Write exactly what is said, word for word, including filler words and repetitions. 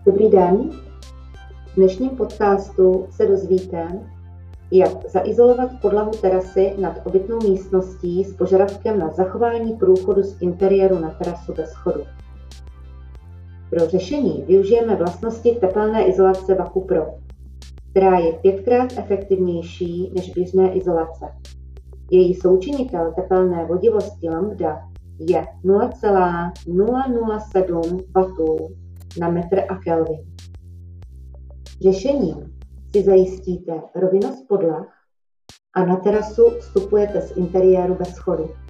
Dobrý den. V dnešním podcastu se dozvíte, jak zaizolovat podlahu terasy nad obytnou místností s požadavkem na zachování průchodu z interiéru na terasu bez schodu. Pro řešení využijeme vlastnosti tepelné izolace VakuPro, která je pětkrát efektivnější než běžné izolace. Její součinitel tepelné vodivosti lambda je nula celá nula nula sedm wattů na metr a kelvin. Řešením si zajistíte rovinost podlah a na terasu vstupujete z interiéru bez schodu.